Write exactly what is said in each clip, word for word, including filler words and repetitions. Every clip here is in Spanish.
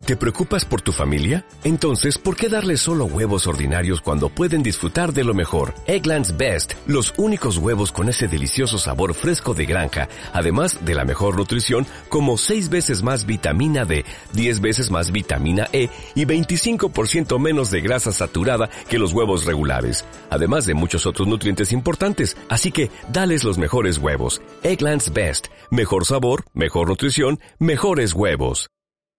¿Te preocupas por tu familia? Entonces, ¿por qué darles solo huevos ordinarios cuando pueden disfrutar de lo mejor? Eggland's Best, los únicos huevos con ese delicioso sabor fresco de granja, además de la mejor nutrición, como seis veces más vitamina D, diez veces más vitamina E y veinticinco por ciento menos de grasa saturada que los huevos regulares, además de muchos otros nutrientes importantes. Así que, dales los mejores huevos. Eggland's Best, mejor sabor, mejor nutrición, mejores huevos.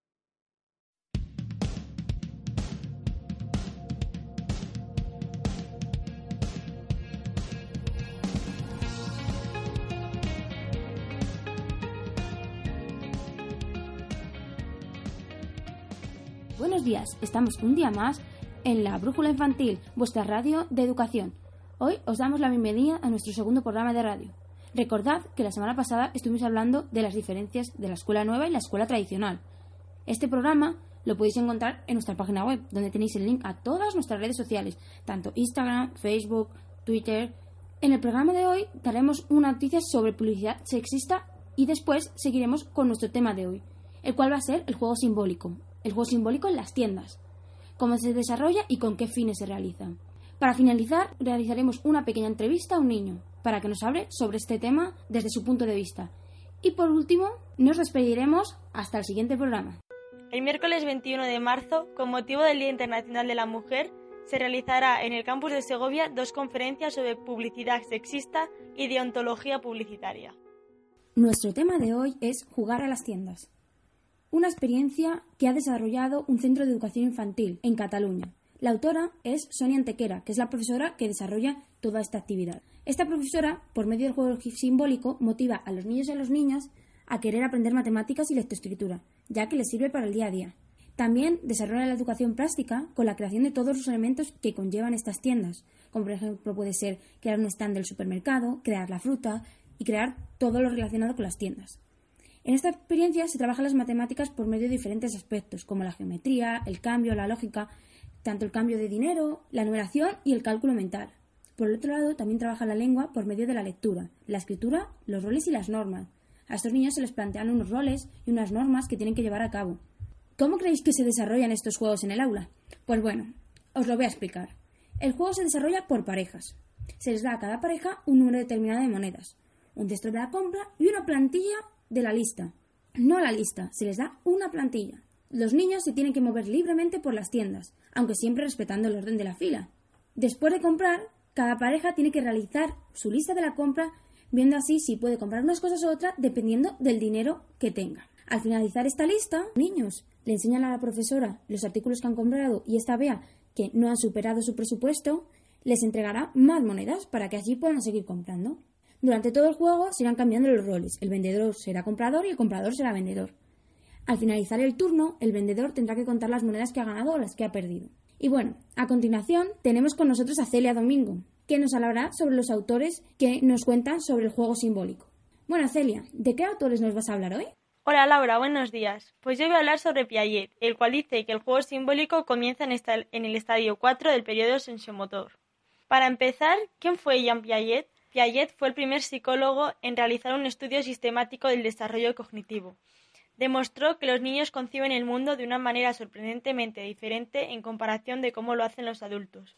Buenos días, estamos un día más en la Brújula Infantil, vuestra radio de educación. Hoy os damos la bienvenida a nuestro segundo programa de radio. Recordad que la semana pasada estuvimos hablando de las diferencias de la escuela nueva y la escuela tradicional. Este programa lo podéis encontrar en nuestra página web, donde tenéis el link a todas nuestras redes sociales, tanto Instagram, Facebook, Twitter. En el programa de hoy daremos una noticia sobre publicidad sexista y después seguiremos con nuestro tema de hoy, el cual va a ser el juego simbólico. El juego simbólico en las tiendas, cómo se desarrolla y con qué fines se realiza. Para finalizar, realizaremos una pequeña entrevista a un niño, para que nos hable sobre este tema desde su punto de vista. Y por último, nos despediremos hasta el siguiente programa. El miércoles veintiuno de marzo, con motivo del Día Internacional de la Mujer, se realizará en el campus de Segovia dos conferencias sobre publicidad sexista y deontología publicitaria. Nuestro tema de hoy es jugar a las tiendas. Una experiencia que ha desarrollado un centro de educación infantil en Cataluña. La autora es Sonia Antequera, que es la profesora que desarrolla toda esta actividad. Esta profesora, por medio del juego simbólico, motiva a los niños y a las niñas a querer aprender matemáticas y lectoescritura, ya que les sirve para el día a día. También desarrolla la educación plástica con la creación de todos los elementos que conllevan estas tiendas, como por ejemplo puede ser crear un stand del supermercado, crear la fruta y crear todo lo relacionado con las tiendas. En esta experiencia se trabajan las matemáticas por medio de diferentes aspectos, como la geometría, el cambio, la lógica, tanto el cambio de dinero, la numeración y el cálculo mental. Por el otro lado, también trabaja la lengua por medio de la lectura, la escritura, los roles y las normas. A estos niños se les plantean unos roles y unas normas que tienen que llevar a cabo. ¿Cómo creéis que se desarrollan estos juegos en el aula? Pues bueno, os lo voy a explicar. El juego se desarrolla por parejas. Se les da a cada pareja un número determinado de monedas, un texto de la compra y una plantilla de la lista. No la lista, se les da una plantilla. Los niños se tienen que mover libremente por las tiendas, aunque siempre respetando el orden de la fila. Después de comprar, cada pareja tiene que realizar su lista de la compra, viendo así si puede comprar unas cosas u otras dependiendo del dinero que tenga. Al finalizar esta lista, niños le enseñan a la profesora los artículos que han comprado y esta vea que no han superado su presupuesto, les entregará más monedas para que así puedan seguir comprando. Durante todo el juego se irán cambiando los roles. El vendedor será comprador y el comprador será vendedor. Al finalizar el turno, el vendedor tendrá que contar las monedas que ha ganado o las que ha perdido. Y bueno, a continuación tenemos con nosotros a Celia Domingo, que nos hablará sobre los autores que nos cuentan sobre el juego simbólico. Bueno, Celia, ¿de qué autores nos vas a hablar hoy? Hola Laura, buenos días. Pues yo voy a hablar sobre Piaget, el cual dice que el juego simbólico comienza en, esta, en el estadio cuatro del periodo sensomotor. Para empezar, ¿quién fue Jean Piaget? Piaget fue el primer psicólogo en realizar un estudio sistemático del desarrollo cognitivo. Demostró que los niños conciben el mundo de una manera sorprendentemente diferente en comparación de cómo lo hacen los adultos.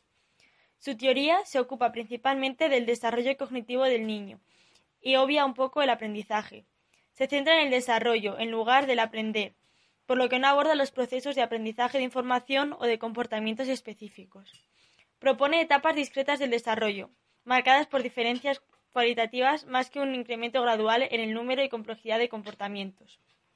Su teoría se ocupa principalmente del desarrollo cognitivo del niño y obvia un poco el aprendizaje. Se centra en el desarrollo en lugar del aprender, por lo que no aborda los procesos de aprendizaje de información o de comportamientos específicos. Propone etapas discretas del desarrollo, marcadas por diferencias cualitativas más que un incremento gradual en el número y complejidad de comportamientos.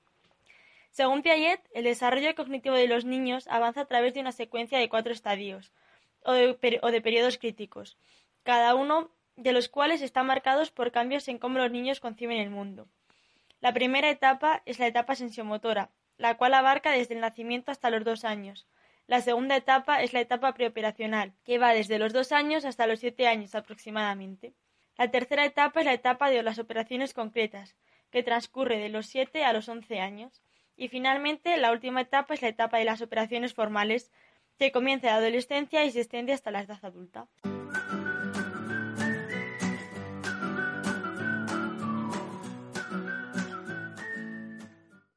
Según Piaget, el desarrollo cognitivo de los niños avanza a través de una secuencia de cuatro estadios o de, o de periodos críticos, cada uno de los cuales están marcados por cambios en cómo los niños conciben el mundo. La primera etapa es la etapa sensomotora, la cual abarca desde el nacimiento hasta los dos años. La segunda etapa es la etapa preoperacional, que va desde los dos años hasta los siete años aproximadamente. La tercera etapa es la etapa de las operaciones concretas, que transcurre de los siete a los once años. Y finalmente, la última etapa es la etapa de las operaciones formales, que comienza en la adolescencia y se extiende hasta la edad adulta.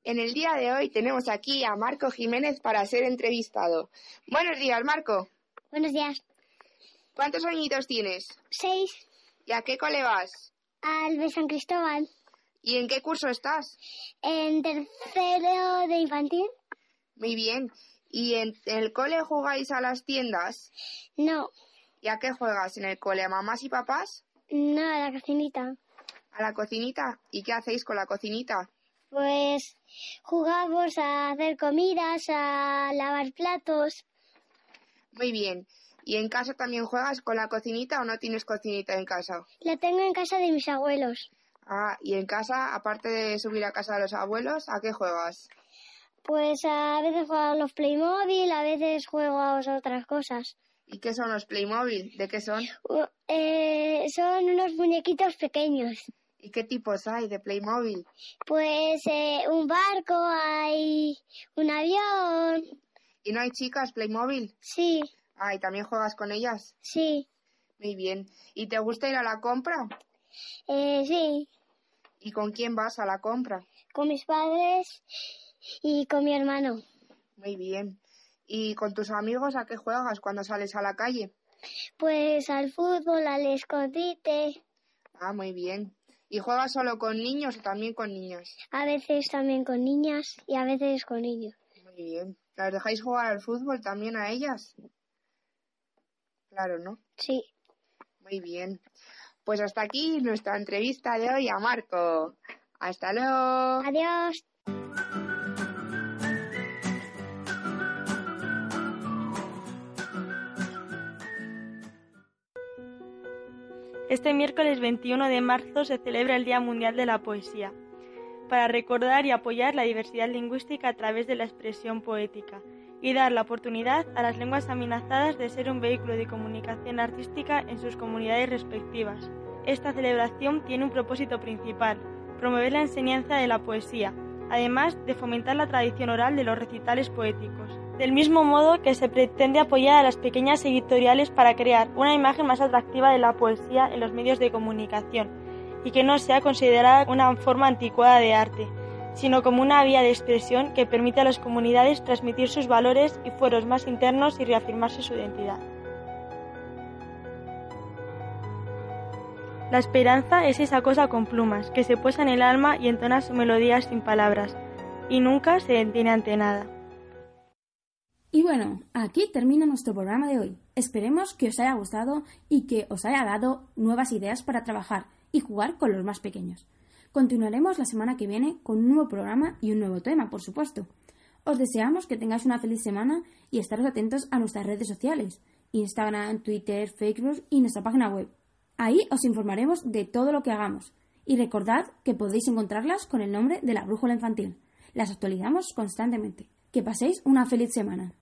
En el día de hoy tenemos aquí a Marco Jiménez para ser entrevistado. Buenos días, Marco. Buenos días. ¿Cuántos añitos tienes? Seis. ¿Y a qué cole vas? Al de San Cristóbal. ¿Y en qué curso estás? En tercero de infantil. Muy bien. ¿Y en el cole jugáis a las tiendas? No. ¿Y a qué juegas en el cole? ¿A mamás y papás? No, a la cocinita. ¿A la cocinita? ¿Y qué hacéis con la cocinita? Pues jugamos a hacer comidas, a lavar platos. Muy bien. ¿Y en casa también juegas con la cocinita o no tienes cocinita en casa? La tengo en casa de mis abuelos. Ah, y en casa, aparte de subir a casa de los abuelos, ¿a qué juegas? Pues a veces juego a los Playmobil, a veces juego a otras cosas. ¿Y qué son los Playmobil? ¿De qué son? Uh, eh, son unos muñequitos pequeños. ¿Y qué tipos hay de Playmobil? Pues eh, un barco, hay un avión. ¿Y no hay chicas Playmobil? Sí. Ah, ¿y también juegas con ellas? Sí. Muy bien. ¿Y te gusta ir a la compra? Eh, sí. ¿Y con quién vas a la compra? Con mis padres y con mi hermano. Muy bien. ¿Y con tus amigos a qué juegas cuando sales a la calle? Pues al fútbol, al escondite. Ah, muy bien. ¿Y juegas solo con niños o también con niñas? A veces también con niñas y a veces con niños. Muy bien. ¿Las dejáis jugar al fútbol también a ellas? Claro, ¿no? Sí. Muy bien. Pues hasta aquí nuestra entrevista de hoy a Marco. Hasta luego. Adiós. Este miércoles veintiuno de marzo se celebra el Día Mundial de la Poesía, para recordar y apoyar la diversidad lingüística a través de la expresión poética y dar la oportunidad a las lenguas amenazadas de ser un vehículo de comunicación artística en sus comunidades respectivas. Esta celebración tiene un propósito principal: promover la enseñanza de la poesía, además de fomentar la tradición oral de los recitales poéticos. Del mismo modo que se pretende apoyar a las pequeñas editoriales para crear una imagen más atractiva de la poesía en los medios de comunicación y que no sea considerada una forma anticuada de arte, sino como una vía de expresión que permite a las comunidades transmitir sus valores y fueros más internos y reafirmarse su identidad. La esperanza es esa cosa con plumas que se posa en el alma y entona su melodía sin palabras, y nunca se detiene ante nada. Y bueno, aquí termina nuestro programa de hoy. Esperemos que os haya gustado y que os haya dado nuevas ideas para trabajar y jugar con los más pequeños. Continuaremos la semana que viene con un nuevo programa y un nuevo tema, por supuesto. Os deseamos que tengáis una feliz semana y estaros atentos a nuestras redes sociales, Instagram, Twitter, Facebook y nuestra página web. Ahí os informaremos de todo lo que hagamos. Y recordad que podéis encontrarlas con el nombre de la Brújula Infantil. Las actualizamos constantemente. Que paséis una feliz semana.